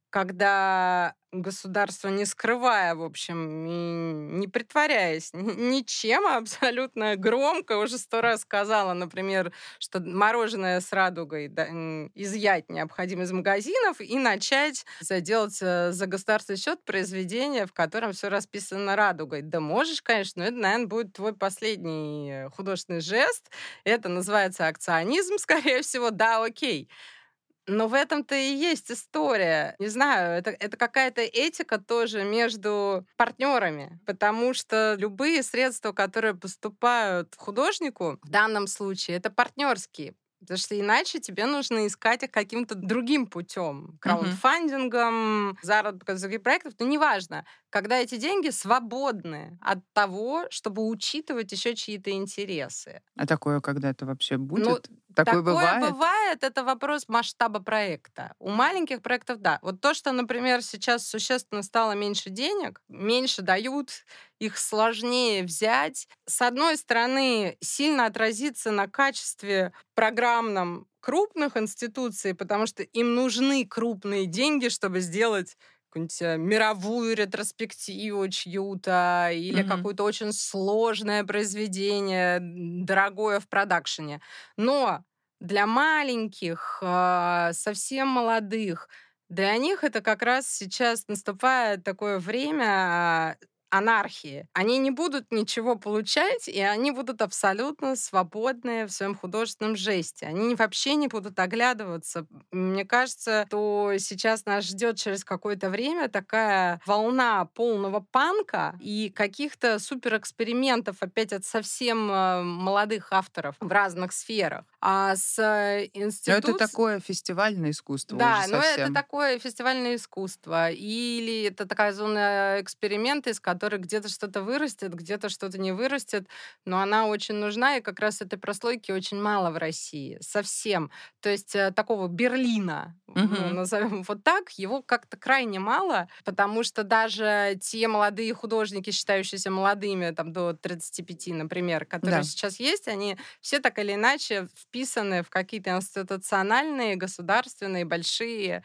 когда государство, не скрывая, в общем, и не притворяясь ни- ничем, а абсолютно громко уже сто раз сказала, например, что мороженое с радугой да, м, изъять необходимо из магазинов и начать делать э, за государственный счет произведение, в котором все расписано радугой. Да можешь, конечно, но это, наверное, будет твой последний э, художественный жест. Это называется акционизм, скорее всего. Да, окей. Но в этом-то и есть история. Не знаю, это, это какая-то этика тоже между партнерами, потому что любые средства, которые поступают художнику, в данном случае, это партнерские. Потому что иначе тебе нужно искать их каким-то другим путем. Мгм. Краундфандингом, заработком за других проектов, ну неважно. Когда эти деньги свободны от того, чтобы учитывать еще чьи-то интересы. А такое когда-то вообще Ну, будет? Такое такое бывает? бывает, это вопрос масштаба проекта. У маленьких проектов, да. Вот то, что, например, сейчас существенно стало меньше денег, меньше дают, их сложнее взять. С одной стороны, сильно отразится на качестве программном крупных институций, потому что им нужны крупные деньги, чтобы сделать какую-нибудь э, мировую ретроспективу чью-то или Мгм. какое-то очень сложное произведение, м, дорогое в продакшене. Но для маленьких, а, совсем молодых, для них это как раз сейчас наступает такое время а, анархии. Они не будут ничего получать, и они будут абсолютно свободны в своем художественном жесте. Они не- вообще не будут оглядываться. Мне кажется, что сейчас нас ждет через какое-то время такая волна полного панка и каких-то суперэкспериментов опять от совсем э, молодых авторов в разных сферах. А с э, Но это институт такое фестивальное искусство уже да, но это совсем. такое фестивальное искусство. Или это такая зона эксперимента, из которой где-то что-то вырастет, где-то что-то не вырастет, но она очень нужна, и как раз этой прослойки очень мало в России. Совсем. То есть э, такого Берлина, ну, Мгм. назовем вот так, его как-то крайне мало, потому что даже те молодые художники, считающиеся молодыми, там, до тридцати пяти, например, которые Да. сейчас есть, они все так или иначе вписаны в какие-то институциональные, государственные, большие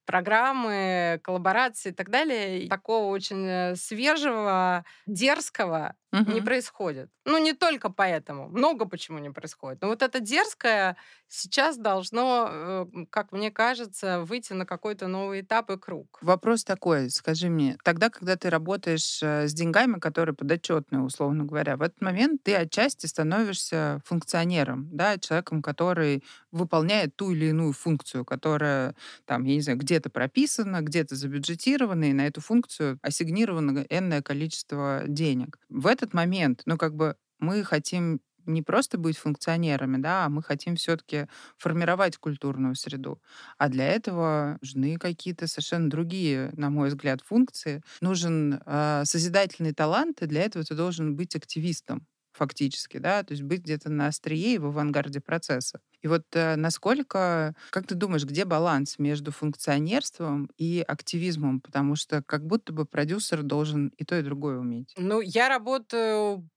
программы, коллаборации и так далее. И такого очень э, свежего, дерзкого не Мгм. происходит. Ну, не только поэтому. Много почему не происходит. Но вот это дерзкое сейчас должно, э, м, как мне кажется, выйти на какой-то новый этап и круг. Вопрос такой, скажи мне, тогда, когда ты работаешь э, с деньгами, которые подотчетные, условно говоря, в этот момент ты отчасти становишься функционером, да, человеком, который выполняет ту или иную функцию, которая там, я не знаю, где-то прописана, где-то забюджетирована, и на эту функцию ассигнировано энное количество денег. В этот момент, ну, как бы мы хотим не просто быть функционерами, да, а мы хотим все-таки формировать культурную среду. А для этого нужны какие-то совершенно другие, на мой взгляд, функции. Нужен э, созидательный талант, и для этого ты должен быть активистом фактически, да, то есть быть где-то на острие и в авангарде процесса. И вот э, насколько, как ты думаешь, где баланс между функционерством и активизмом? Потому что как будто бы продюсер должен и то, и другое уметь. Ну, я работаю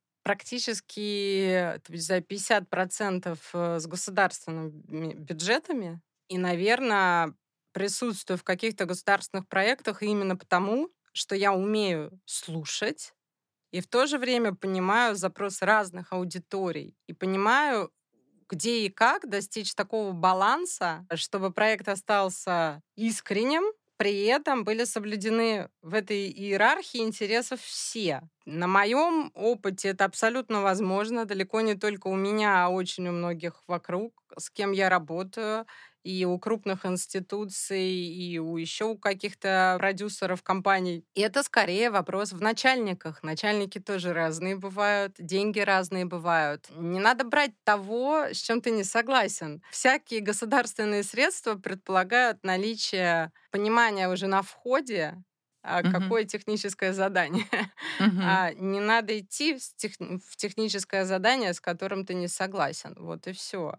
практически, то есть за пятьдесят процентов э, с государственными бюджетами. И, наверное, присутствую в каких-то государственных проектах именно потому, что я умею слушать и в то же время понимаю запрос разных аудиторий и понимаю, где и как достичь такого баланса, чтобы проект остался искренним, при этом были соблюдены в этой иерархии интересов все. На моем опыте это абсолютно возможно, далеко не только у меня, а очень у многих вокруг, с кем я работаю, и у крупных институций, и у еще у каких-то продюсеров компаний. И это скорее вопрос в начальниках. Начальники тоже разные бывают, деньги разные бывают. Не надо брать того, с чем ты не согласен. Всякие государственные средства предполагают наличие понимания уже на входе, а, Мгм. какое техническое задание. Мгм. А, не надо идти в тех- в техническое задание, с которым ты не согласен. Вот и все.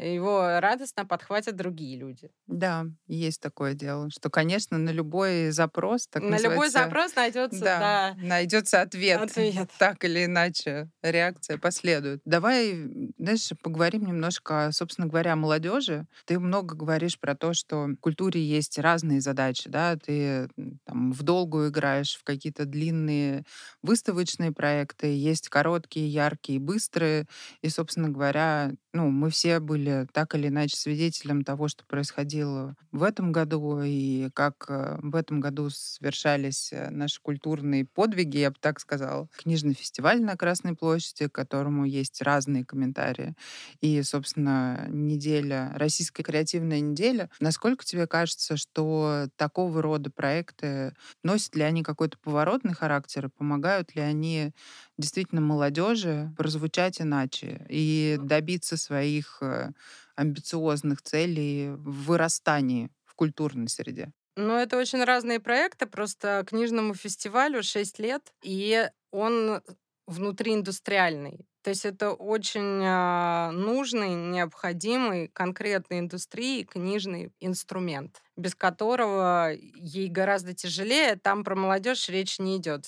Его радостно подхватят другие люди. Да, есть такое дело, что, конечно, на любой запрос, так На любой называется, запрос найдется, да, да, найдется ответ. ответ. Так или иначе, реакция последует. Давай, м, знаешь, поговорим немножко, собственно говоря, о молодежи. Ты много говоришь про то, что в культуре есть разные задачи, да, ты м, там в долгую играешь, в какие-то длинные выставочные проекты, есть короткие, яркие, быстрые. И, собственно говоря, ну, мы все были так или иначе свидетелем того, что происходило в этом году, и как э, в этом году совершались э, наши культурные подвиги, я бы так сказала. Книжный фестиваль на Красной площади, к которому есть разные комментарии. И, собственно, неделя, российская креативная неделя. Насколько тебе кажется, что такого рода проекты носят ли они какой-то поворотный характер, и помогают ли они действительно молодежи прозвучать иначе и добиться своих э, амбициозных целей в вырастании в культурной среде? Ну, это очень разные проекты. Просто книжному фестивалю шесть лет, и он внутрииндустриальный. То есть это очень а, нужный, необходимый конкретной индустрии книжный инструмент, без которого ей гораздо тяжелее. Там про молодежь речь не идет.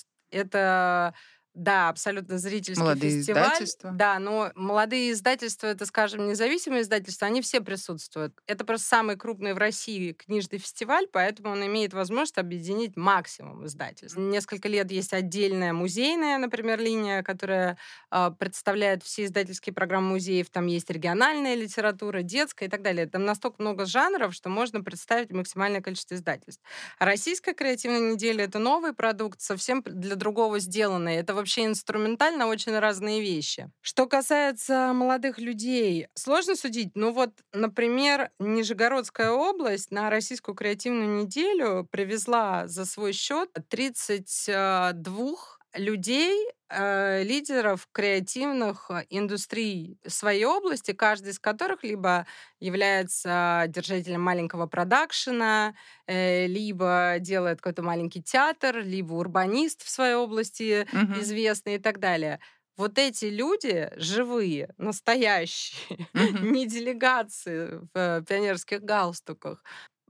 Это, да, абсолютно зрительский Молодые фестиваль, издательства. да, но молодые издательства, это, скажем, независимые издательства, они все присутствуют. Это просто самый крупный в России книжный фестиваль, поэтому он имеет возможность объединить максимум издательств. Несколько лет есть отдельная музейная, например, линия, которая а, представляет все издательские программы музеев. Там есть региональная литература, детская и так далее. Там настолько много жанров, что можно представить максимальное количество издательств. А российская креативная неделя — это новый продукт, совсем для другого сделанный. Это вообще инструментально очень разные вещи. Что касается молодых людей, сложно судить. Ну вот, например, Нижегородская область на Российскую креативную неделю привезла за свой счет тридцать двух людей, э, лидеров креативных э, индустрий своей области, каждый из которых либо является держателем маленького продакшена, э, либо делает какой-то маленький театр, либо урбанист в своей области Мгм. известный и так далее. Вот эти люди живые, настоящие, Мгм. не делегации в э, пионерских галстуках,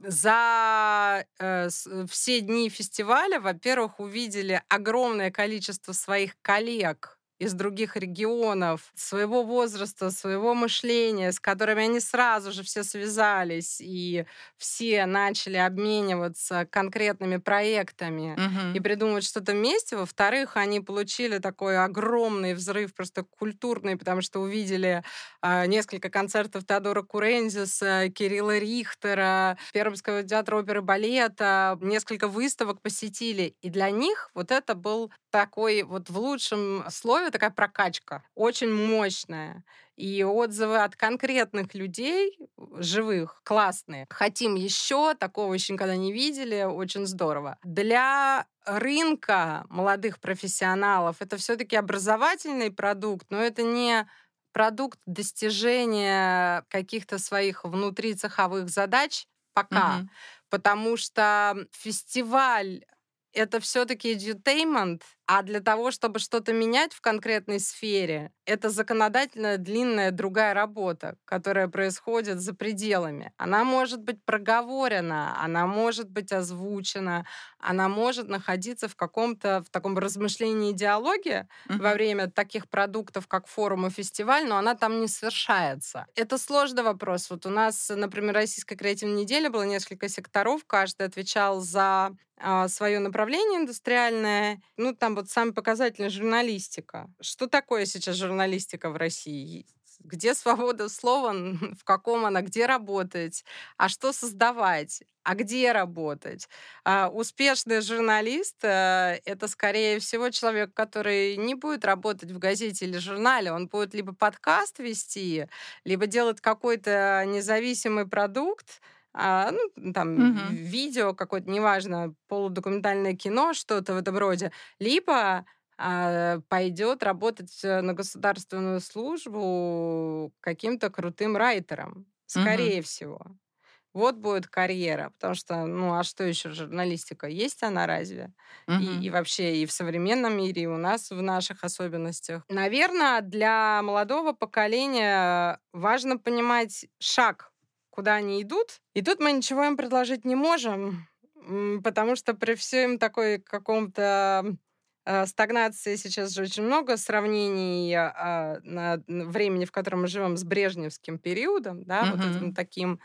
за э, с- э, все дни фестиваля, во-первых, увидели огромное количество своих коллег из других регионов, своего возраста, своего мышления, с которыми они сразу же все связались, и все начали обмениваться конкретными проектами и Мгм. придумывать что-то вместе. Во-вторых, они получили такой огромный взрыв просто культурный, потому что увидели а, несколько концертов Теодора Курензиса, Кирилла Рихтера, Пермского театра оперы и балета, несколько выставок посетили. И для них вот это был такой вот в лучшем слове такая прокачка, очень мощная. И отзывы от конкретных людей, живых, классные. Хотим еще, такого еще никогда не видели, очень здорово. Для рынка молодых профессионалов это все-таки образовательный продукт, но это не продукт достижения каких-то своих внутрицеховых задач пока, Мгм. потому что фестиваль это все-таки edutainment, а для того, чтобы что-то менять в конкретной сфере, это законодательная длинная другая работа, которая происходит за пределами. Она может быть проговорена, она может быть озвучена, она может находиться в каком-то в таком размышлении диалоге во Мгм. время таких продуктов, как форум и фестиваль, но она там не совершается. Это сложный вопрос. Вот у нас, например, Российская креативная неделя было несколько секторов, каждый отвечал за а, свое направление индустриальное. Ну, там вот самый показательный журналистика. Что такое сейчас журналистика в России? Где свобода слова, в каком она, где работать, а что создавать, а где работать. А, успешный журналист э, это, скорее всего, человек, который не будет работать в газете или журнале, он будет либо подкаст вести, либо делать какой-то независимый продукт, а, ну, там, Мгм. видео какое-то, неважно, полудокументальное кино, что-то в этом роде, либо а, пойдет работать э, на государственную службу каким-то крутым райтером. Мгм. Скорее всего. Вот будет карьера, потому что, ну, а что еще журналистика? Есть она разве? И, Мгм. и вообще и в современном мире, и у нас в наших особенностях. Наверное, для молодого поколения важно понимать шаг, куда они идут. И тут мы ничего им предложить не можем, м, потому что при всем такой каком-то э, стагнации сейчас же очень много сравнений а, на на времени, в котором мы живем, с брежневским периодом, да, вот этим Мгм. таким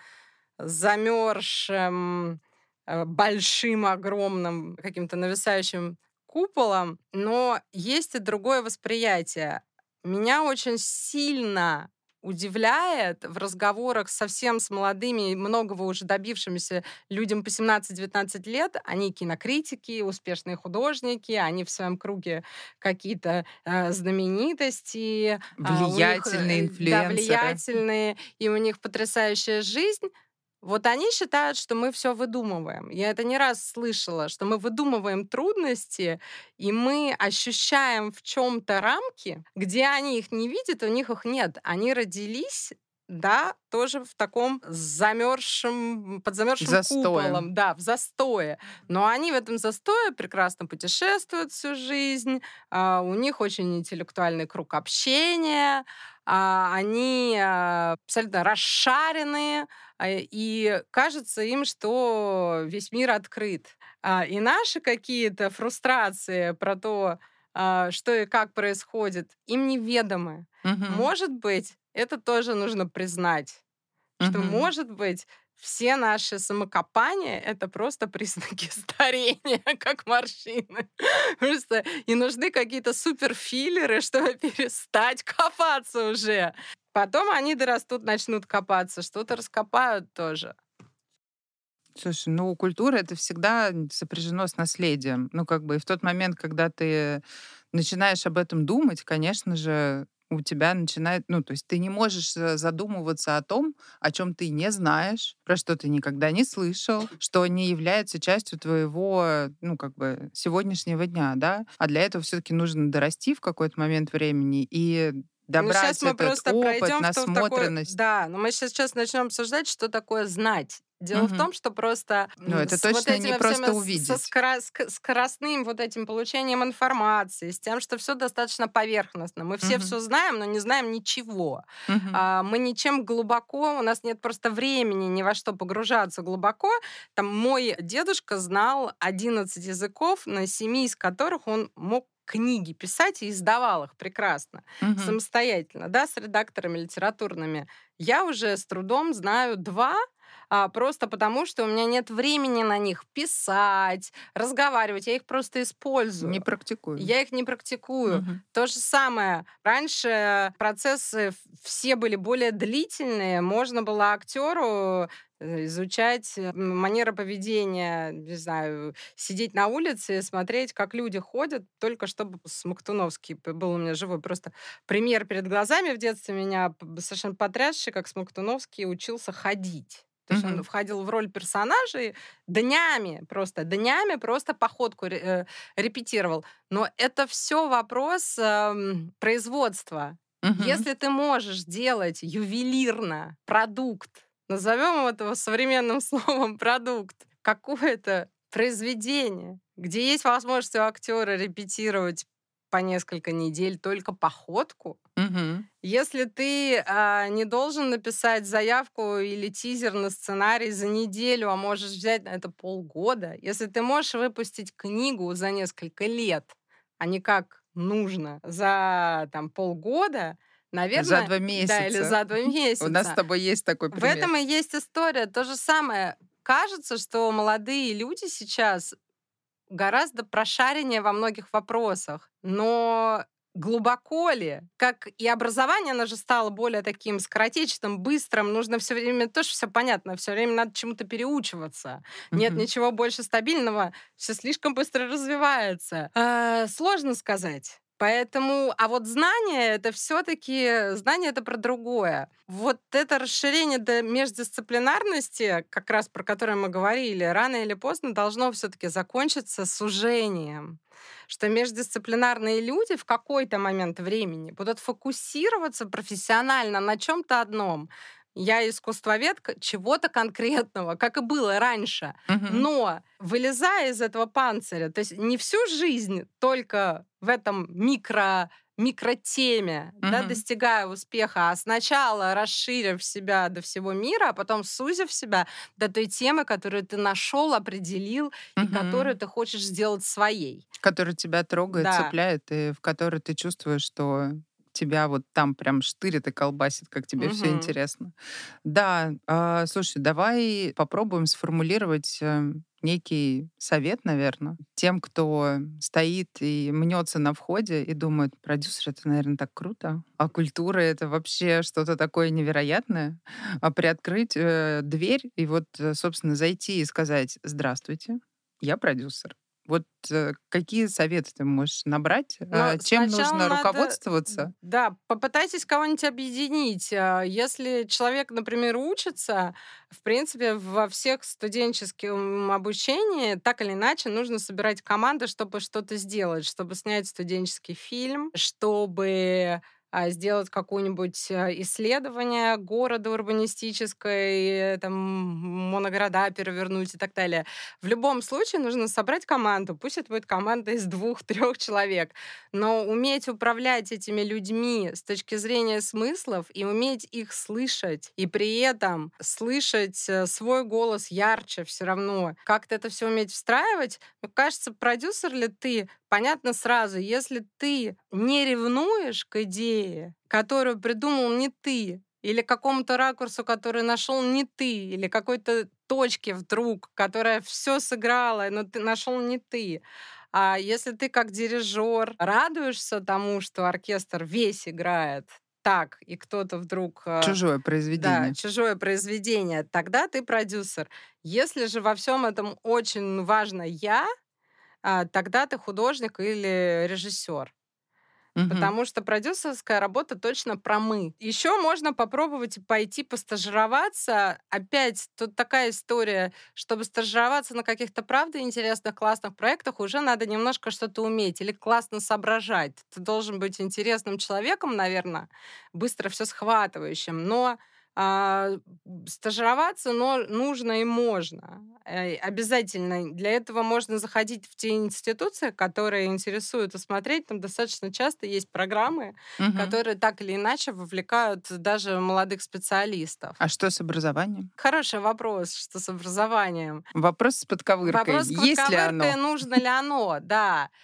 замерзшим, э, большим, огромным, каким-то нависающим куполом. Но есть и другое восприятие. Меня очень сильно удивляет в разговорах совсем с молодыми, многого уже добившимися людям по семнадцать-девятнадцать лет. Они кинокритики, успешные художники, они в своем круге какие-то э, знаменитости, а, у них Влиятельные э, да, инфлюенсеры. влиятельные, и у них потрясающая жизнь. Вот они считают, что мы все выдумываем. Я это не раз слышала, что мы выдумываем трудности, и мы ощущаем в чем то рамки, где они их не видят, у них их нет. Они родились, да, тоже в таком замерзшем, под замерзшим Застоем. куполом, да, в застое. Но они в этом застое прекрасно путешествуют всю жизнь, а, у них очень интеллектуальный круг общения, а, они, а, абсолютно расшаренные, а, и кажется им, что весь мир открыт. А, и наши какие-то фрустрации про то, а, что и как происходит, им неведомы. Мгм. Может быть, это тоже нужно признать, что, Мгм. может быть, все наши самокопания — это просто признаки старения, как морщины. Просто и нужны какие-то суперфиллеры, чтобы перестать копаться уже. Потом они дорастут, начнут копаться, что-то раскопают тоже. Слушай, ну, культура — это всегда сопряжено с наследием. Ну, как бы и в тот момент, когда ты начинаешь об этом думать, конечно же, у тебя начинает, ну, то есть ты не можешь э, задумываться о том, о чем ты не знаешь, про что ты никогда не слышал, что не является частью твоего, ну, как бы сегодняшнего дня, да. А для этого все-таки нужно дорасти в какой-то момент времени и Ну, сейчас добрать мы этот просто опыт, пройдем в, то, в такой... насмотренность. Да, но мы сейчас, сейчас начнем обсуждать, что такое знать. Дело в Мгм. том, что просто Ну, м, это с вот точно не этими всеми, просто с- со увидеть. скоро- ск- скоростным вот этим получением информации, с тем, что все достаточно поверхностно. Мы все Мгм. все знаем, но не знаем ничего. Мгм. А, Мы ничем глубоко, у нас нет просто времени ни во что погружаться глубоко. Там мой дедушка знал одиннадцать языков, на семи из которых он мог книги писать и издавал их прекрасно, Мгм. самостоятельно, да, с редакторами литературными. Я уже с трудом знаю два, а, просто потому, что у меня нет времени на них писать, разговаривать. Я их просто Не использую. практикую. Я их не практикую. Мгм. То же самое. Раньше процессы в- все были более длительные. Можно было актеру э, изучать э, м, манеры поведения, не знаю, сидеть на улице и смотреть, как люди ходят, только чтобы Смоктуновский п- был у меня живой просто пример перед глазами в детстве меня п- совершенно потрясший, как Смоктуновский учился ходить. То есть он Мгм. входил в роль персонажа и днями, просто днями просто походку ре- э, репетировал. Но это все вопрос эм, производства. Мгм. Если ты можешь делать ювелирно продукт, назовем этого современным словом продукт, какое-то произведение, где есть возможность у актера репетировать по несколько недель только походку, Мгм. если ты а, не должен написать заявку или тизер на сценарий за неделю, а можешь взять на это полгода, если ты можешь выпустить книгу за несколько лет, а не как нужно за там, полгода, За наверное, два да, или месяца. за два У нас с месяца. тобой есть такой В пример. этом и есть история. То же самое. Кажется, что молодые люди сейчас гораздо прошареннее во многих вопросах. Но глубоко ли? Как и образование, оно же стало более таким скоротечным, быстрым. Нужно все время, тоже все понятно, все время надо чему-то переучиваться. Нет Мгм. ничего больше стабильного, все слишком быстро развивается. А, сложно сказать. Поэтому, а вот знание это все-таки знание это про другое. Вот это расширение до междисциплинарности, как раз про которое мы говорили, рано или поздно должно все-таки закончиться сужением. Что междисциплинарные люди в какой-то момент времени будут фокусироваться профессионально на чем-то одном. Я искусствовед к- чего-то конкретного, как и было раньше. Мгм. Но вылезая из этого панциря, то есть не всю жизнь только в этом микро микротеме, да, Мгм. достигая успеха, а сначала расширив себя до всего мира, а потом сузив себя до той темы, которую ты нашел, определил и которую Мгм. ты хочешь сделать своей. Который тебя трогает, Да. цепляет, и в который ты чувствуешь, что тебя вот там прям штырит и колбасит, как тебе все Мгм. интересно. Да, а, слушай, давай попробуем сформулировать э, некий совет, наверное, тем, кто стоит и мнется на входе и думает, продюсер, это, наверное, так круто, а культура — это вообще что-то такое невероятное. А приоткрыть э, дверь и вот, э, собственно, зайти и сказать «Здравствуйте, я продюсер». Вот э, какие советы ты можешь набрать? Но А, чем сначала нужно надо, руководствоваться? да, попытайтесь кого-нибудь объединить. А, Если человек, например, учится, в принципе, во всех студенческом обучении так или иначе нужно собирать команды, чтобы что-то сделать, чтобы снять студенческий фильм, чтобы а, сделать какое-нибудь а, исследование города урбанистическое, там, моногорода перевернуть и так далее. В любом случае нужно собрать команду. Пусть это будет команда из двух-трех человек, но уметь управлять этими людьми с точки зрения смыслов и уметь их слышать, и при этом слышать э, свой голос ярче все равно. Как-то это все уметь встраивать. Мне кажется, продюсер ли ты, понятно сразу, если ты не ревнуешь к идее, которую придумал не ты, или к какому-то ракурсу, который нашел не ты, или какой-то точке вдруг, которая все сыграла, но ты нашел не ты. А если ты как дирижер радуешься тому, что оркестр весь играет так, и кто-то вдруг, э, Чужое да, произведение. чужое произведение, тогда ты продюсер. Если же во всем этом очень важно я, а, тогда ты художник или режиссер. Мгм. Потому что продюсерская работа точно про «мы». Еще можно попробовать пойти постажироваться. Опять тут такая история, чтобы стажироваться на каких-то, правда, интересных, классных проектах, уже надо немножко что-то уметь или классно соображать. Ты должен быть интересным человеком, наверное, быстро все схватывающим, но а, стажироваться но нужно и можно. Э, Обязательно. Для этого можно заходить в те институции, которые интересуют и смотреть. Там достаточно часто есть программы, Мгм. которые так или иначе вовлекают даже молодых специалистов. А что с образованием? Хороший вопрос, что с образованием. Вопрос с подковыркой. Вопрос с Есть ли подковыркой, оно? нужно ли оно, да.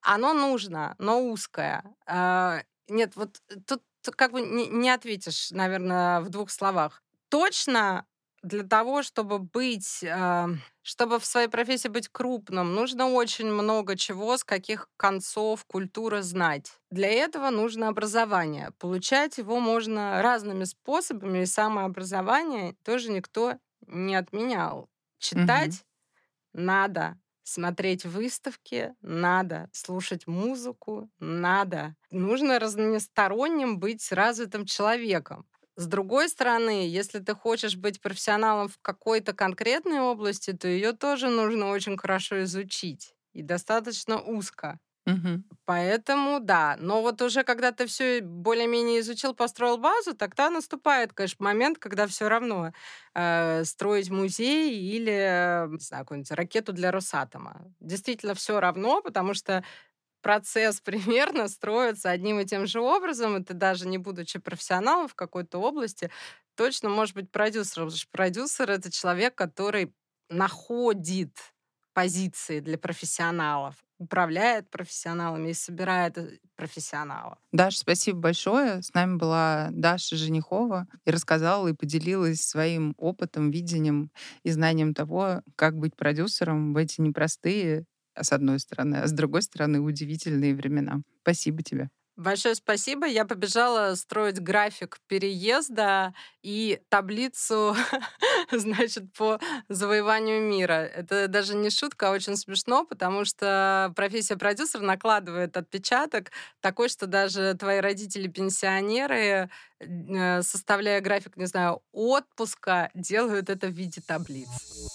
Оно нужно, но узкое. А, Нет, вот тут как бы не не ответишь, наверное, в двух словах. Точно для того, чтобы быть, а, чтобы в своей профессии быть крупным, нужно очень много чего, с каких концов культуры знать. Для этого нужно образование. Получать его можно разными способами, и самообразование тоже никто не отменял. Мгм. Читать надо, смотреть выставки надо, слушать музыку надо. Нужно разносторонним быть развитым человеком. С другой стороны, если ты хочешь быть профессионалом в какой-то конкретной области, то ее тоже нужно очень хорошо изучить и достаточно узко. Мгм. Поэтому да. Но вот уже когда ты все более-менее изучил, построил базу, тогда наступает, конечно, момент, когда все равно э, строить музей или, э, не знаю, какую-нибудь ракету для Росатома. Действительно все равно, потому что процесс примерно строится одним и тем же образом, и ты даже не будучи профессионалом в какой-то области, точно можешь быть продюсером. Потому что продюсер — это человек, который находит позиции для профессионалов, управляет профессионалами и собирает э, профессионалов. Даш, спасибо большое. С нами была Даша Женихова и рассказала и поделилась своим опытом, видением и знанием того, как быть продюсером в эти непростые, а с одной стороны, а с другой стороны, удивительные времена. Спасибо тебе. Большое спасибо. Я побежала строить график переезда и таблицу, значит, по завоеванию мира. Это даже не шутка, а очень смешно, потому что профессия продюсера накладывает отпечаток такой, что даже твои родители-пенсионеры, э, составляя график, не знаю, отпуска, делают это в виде таблиц.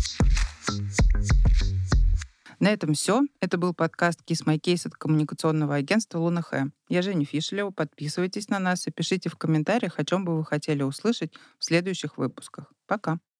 На этом все. Это был подкаст «Kiss My Case» от коммуникационного агентства «Луна-Хэ». Я Женя Фишелева. Подписывайтесь на нас и пишите в комментариях, о чем бы вы хотели услышать в следующих выпусках. Пока.